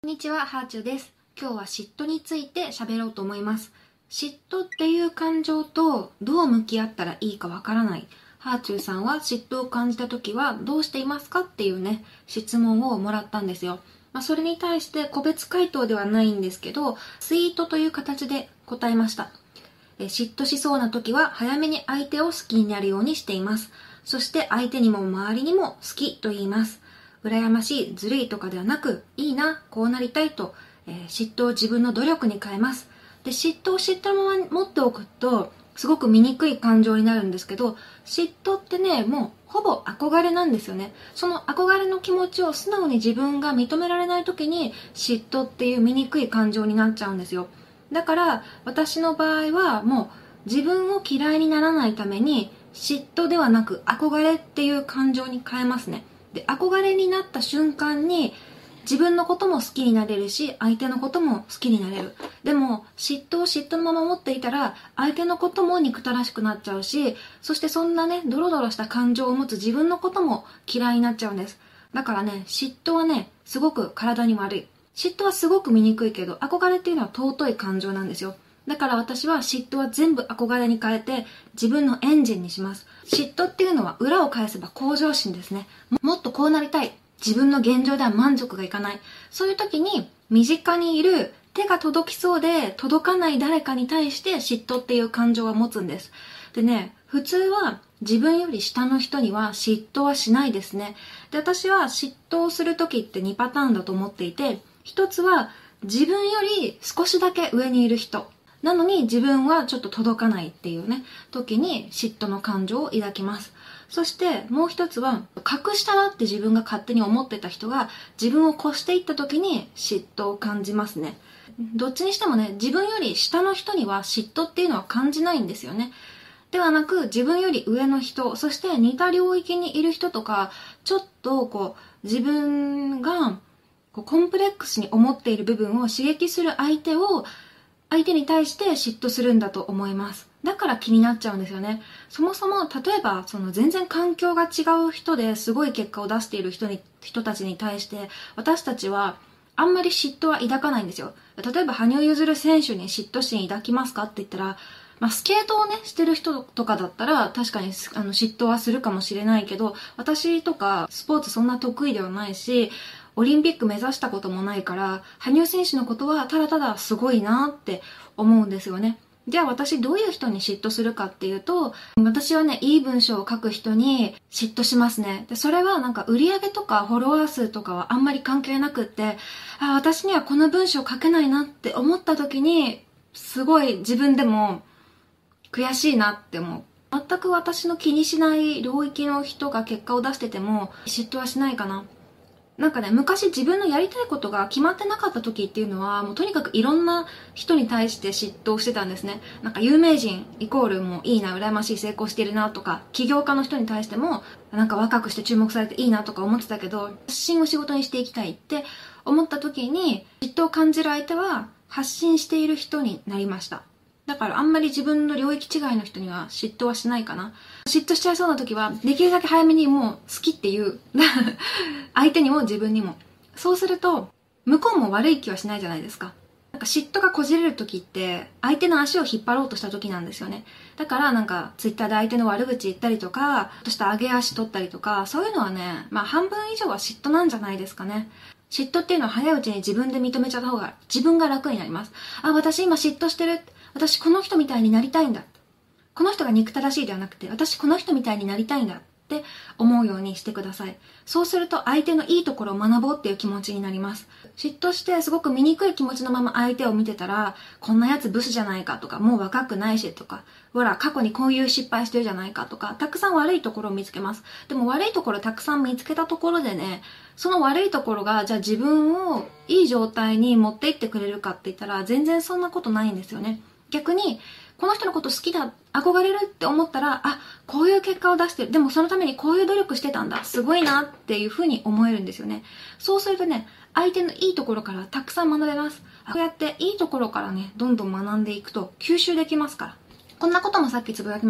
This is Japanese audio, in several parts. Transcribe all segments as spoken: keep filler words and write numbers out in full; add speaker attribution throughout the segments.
Speaker 1: こんにちは、ハーチューです。今日は嫉妬について喋ろうと思います。嫉妬っていう感情とどう向き合ったらいいかわからない。ハーチューさんは嫉妬を感じた時はどうしていますかっていうね、質問をもらったんですよ。まあ、それに対して個別回答ではないんですけど、ツイートという形で答えました。え嫉妬しそうな時は早めに相手を好きになるようにしています。そして相手にも周りにも好きと言います。羨ましい、ずるいとかではなく、いいな、こうなりたいと、えー、嫉妬を自分の努力に変えます。で、嫉妬を知ったまま持っておくと、すごく醜い感情になるんですけど、嫉妬ってね、もうほぼ憧れなんですよね。その憧れの気持ちを素直に自分が認められない時に、嫉妬っていう醜い感情になっちゃうんですよ。だから、私の場合はもう自分を嫌いにならないために、嫉妬ではなく憧れっていう感情に変えますね。で、憧れになった瞬間に自分のことも好きになれるし、相手のことも好きになれる。でも嫉妬を嫉妬のまま持っていたら相手のことも憎たらしくなっちゃうし、そしてそんなねドロドロした感情を持つ自分のことも嫌いになっちゃうんです。だからね、嫉妬はねすごく体に悪い。嫉妬はすごく醜いけど、憧れっていうのは尊い感情なんですよ。だから私は嫉妬は全部憧れに変えて自分のエンジンにします。嫉妬っていうのは裏を返せば向上心ですね。もっとこうなりたい。自分の現状では満足がいかない。そういう時に身近にいる手が届きそうで届かない誰かに対して嫉妬っていう感情は持つんです。でね、普通は自分より下の人には嫉妬はしないですね。で、私は嫉妬する時ってにパターンだと思っていて、一つは自分より少しだけ上にいる人。なのに自分はちょっと届かないっていうね、時に嫉妬の感情を抱きます。そしてもう一つは、格下だって自分が勝手に思ってた人が自分を越していった時に嫉妬を感じますね。どっちにしてもね、自分より下の人には嫉妬っていうのは感じないんですよね。ではなく、自分より上の人、そして似た領域にいる人とか、ちょっとこう、自分がこうコンプレックスに思っている部分を刺激する相手を相手に対して嫉妬するんだと思います。だから気になっちゃうんですよね。そもそも例えばその全然環境が違う人ですごい結果を出している人に人たちに対して私たちはあんまり嫉妬は抱かないんですよ。例えば羽生結弦選手に嫉妬心抱きますかって言ったら、まあ、スケートをねしてる人とかだったら確かにあの嫉妬はするかもしれないけど、私とかスポーツそんな得意ではないし、オリンピック目指したこともないから、羽生選手のことはただただすごいなって思うんですよね。じゃあ私どういう人に嫉妬するかっていうと、私はね、いい文章を書く人に嫉妬しますね。で、それはなんか売り上げとかフォロワー数とかはあんまり関係なくって、あ、私にはこの文章書けないなって思った時に、すごい自分でも悔しいなって思う。全く私の気にしない領域の人が結果を出してても嫉妬はしないかな。なんかね、昔自分のやりたいことが決まってなかった時っていうのは、もうとにかくいろんな人に対して嫉妬してたんですね。なんか有名人イコールもういいな、羨ましい、成功してるなとか、起業家の人に対しても、なんか若くして注目されていいなとか思ってたけど、発信を仕事にしていきたいって思った時に、嫉妬を感じる相手は発信している人になりました。だからあんまり自分の領域違いの人には嫉妬はしないかな。嫉妬しちゃいそうな時は、できるだけ早めにもう好きっていう。相手にも自分にも。そうすると、向こうも悪い気はしないじゃないですか。なんか嫉妬がこじれる時って、相手の足を引っ張ろうとした時なんですよね。だからなんか、ツイッターで相手の悪口言ったりとか、ちょっとした上げ足取ったりとか、そういうのはね、まあ半分以上は嫉妬なんじゃないですかね。嫉妬っていうのは早いうちに自分で認めちゃった方が自分が楽になります。あ、私今嫉妬してる。私この人みたいになりたいんだ。この人が憎たらしいではなくて、私この人みたいになりたいんだって思うようにしてください。そうすると相手のいいところを学ぼうっていう気持ちになります。嫉妬してすごく醜い気持ちのまま相手を見てたら、こんなやつブスじゃないかとか、もう若くないしとか、ほら過去にこういう失敗してるじゃないかとか、たくさん悪いところを見つけます。でも悪いところたくさん見つけたところでね、その悪いところがじゃあ自分をいい状態に持っていってくれるかって言ったら全然そんなことないんですよね。逆にこの人のこと好きだ、憧れるって思ったら、あ、こういう結果を出してる、でもそのためにこういう努力してたんだ、すごいなっていう風に思えるんですよね。そうするとね、相手のいいところからたくさん学べます。こうやっていいところからね、どんどん学んでいくと吸収できますから。こんなこともさっきつぶやきました。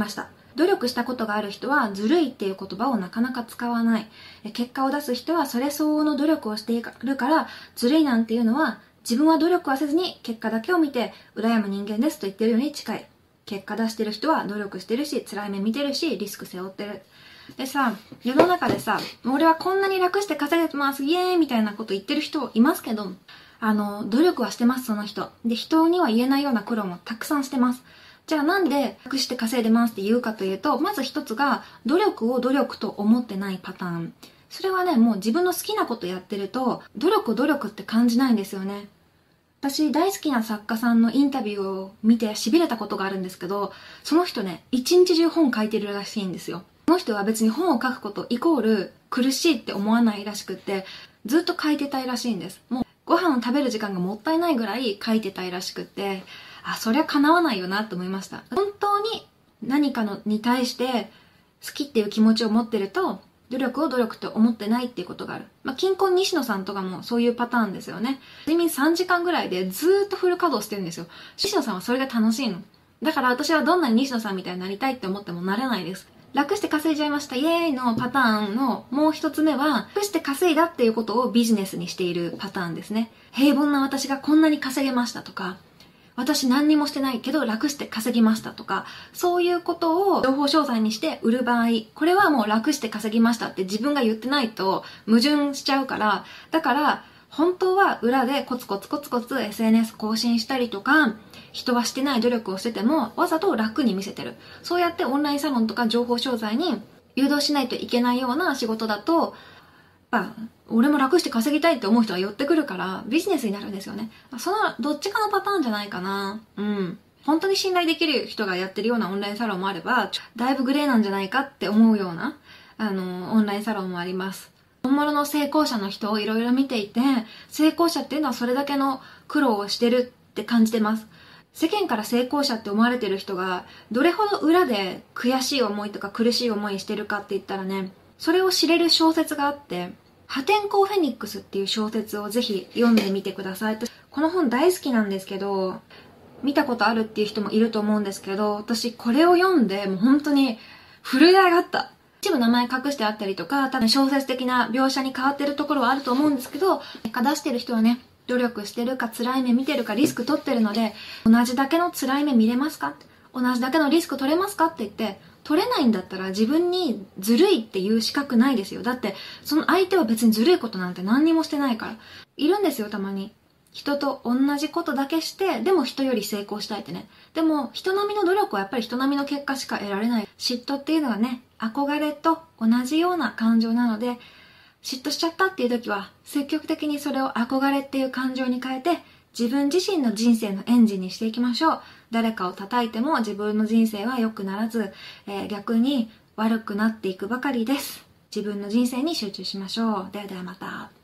Speaker 1: 努力したことがある人はずるいっていう言葉をなかなか使わない。結果を出す人はそれ相応の努力をしているから、ずるいなんていうのは自分は努力はせずに結果だけを見て羨む人間ですと言ってるように近い。結果出してる人は努力してるし、辛い目見てるし、リスク背負ってる。でさ、世の中でさ、俺はこんなに楽して稼げてます、イエーイみたいなこと言ってる人いますけど、あの、努力はしてます、その人。で、人には言えないような苦労もたくさんしてます。じゃあなんで楽して稼いでますって言うかというと、まず一つが努力を努力と思ってないパターン。それはね、もう自分の好きなことやってると、努力努力って感じないんですよね。私大好きな作家さんのインタビューを見て痺れたことがあるんですけど、その人ね、一日中本書いてるらしいんですよ。その人は別に本を書くことイコール苦しいって思わないらしくって、ずっと書いてたいらしいんです。もうご飯を食べる時間がもったいないぐらい書いてたいらしくって、あ、そりゃ叶わないよなと思いました。本当に何かのに対して好きっていう気持ちを持ってると、努力を努力と思ってないっていうことがある。まあ、金婚西野さんとかもそういうパターンですよね。睡眠さんじかんぐらいでずーっとフル稼働してるんですよ。西野さんはそれが楽しいの。だから私はどんなに西野さんみたいになりたいって思ってもなれないです。楽して稼いじゃいましたイエーイのパターンのもう一つ目は、楽して稼いだっていうことをビジネスにしているパターンですね。平凡な私がこんなに稼げましたとか、私何にもしてないけど楽して稼ぎましたとか、そういうことを情報商材にして売る場合、これはもう楽して稼ぎましたって自分が言ってないと矛盾しちゃうから、だから本当は裏でコツコツコツコツ エスエヌエス 更新したりとか、人はしてない努力をしててもわざと楽に見せてる。そうやってオンラインサロンとか情報商材に誘導しないといけないような仕事だと、やっぱ俺も楽して稼ぎたいって思う人が寄ってくるからビジネスになるんですよね。そのどっちかのパターンじゃないかな。うん。本当に信頼できる人がやってるようなオンラインサロンもあれば、だいぶグレーなんじゃないかって思うような、あの、オンラインサロンもあります。本物の成功者の人をいろいろ見ていて、成功者っていうのはそれだけの苦労をしてるって感じてます。世間から成功者って思われてる人が、どれほど裏で悔しい思いとか苦しい思いしてるかって言ったらね、それを知れる小説があって、破天荒フェニックスっていう小説をぜひ読んでみてください。この本大好きなんですけど、見たことあるっていう人もいると思うんですけど、私これを読んでもう本当に震え上がった。一部名前隠してあったりとか、多分小説的な描写に変わってるところはあると思うんですけど、結果出してる人はね、努力してるか辛い目見てるかリスク取ってるので、同じだけの辛い目見れますか？同じだけのリスク取れますかって言って、取れないんだったら自分にずるいっていう資格ないですよ。だってその相手は別にずるいことなんて何にもしてないから。いるんですよ、たまに。人と同じことだけして、でも人より成功したいってね。でも人並みの努力はやっぱり人並みの結果しか得られない。嫉妬っていうのはね、憧れと同じような感情なので、嫉妬しちゃったっていう時は積極的にそれを憧れっていう感情に変えて、自分自身の人生のエンジンにしていきましょう。誰かを叩いても自分の人生は良くならず、えー、逆に悪くなっていくばかりです。自分の人生に集中しましょう。ではではまた。